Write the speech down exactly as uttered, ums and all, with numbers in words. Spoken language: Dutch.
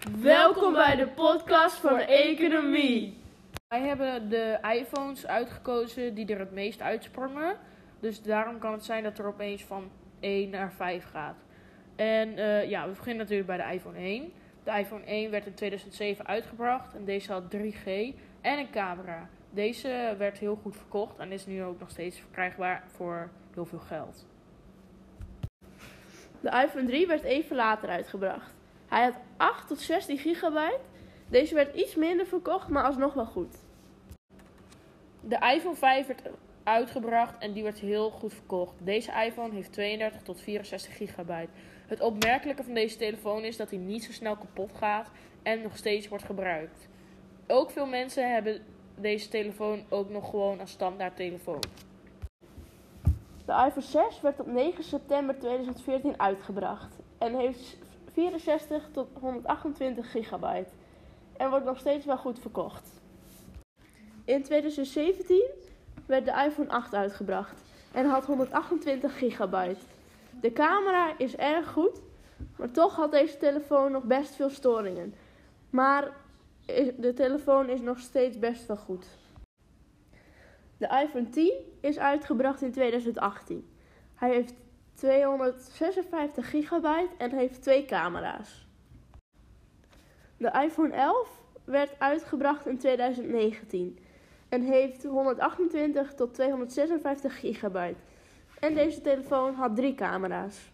Welkom bij de podcast voor economie. Wij hebben de iPhones uitgekozen die er het meest uitsprongen. Dus daarom kan het zijn dat er opeens van één naar vijf gaat. En uh, ja, we beginnen natuurlijk bij de iPhone één. De iPhone één werd in tweeduizend zeven uitgebracht en deze had drie G en een camera. Deze werd heel goed verkocht en is nu ook nog steeds verkrijgbaar voor heel veel geld. De iPhone drie werd even later uitgebracht. Hij had acht tot zestien gigabyte. Deze werd iets minder verkocht, maar alsnog wel goed. De iPhone vijf werd uitgebracht en die werd heel goed verkocht. Deze iPhone heeft tweeëndertig tot vierenzestig gigabyte. Het opmerkelijke van deze telefoon is dat hij niet zo snel kapot gaat en nog steeds wordt gebruikt. Ook veel mensen hebben deze telefoon ook nog gewoon als standaard telefoon. De iPhone zes werd op negen september tweeduizend veertien uitgebracht en heeft vierenzestig tot honderdachtentwintig gigabyte en wordt nog steeds wel goed verkocht. In tweeduizend zeventien werd de iPhone acht uitgebracht en had honderdachtentwintig gigabyte. De camera is erg goed, maar toch had deze telefoon nog best veel storingen. Maar de telefoon is nog steeds best wel goed. De iPhone tien is uitgebracht in tweeduizend achttien. Hij heeft tweehonderdzesenvijftig gigabyte en heeft twee camera's. De iPhone elf werd uitgebracht in tweeduizend negentien en heeft honderdachtentwintig tot tweehonderdzesenvijftig gigabyte. En deze telefoon had drie camera's.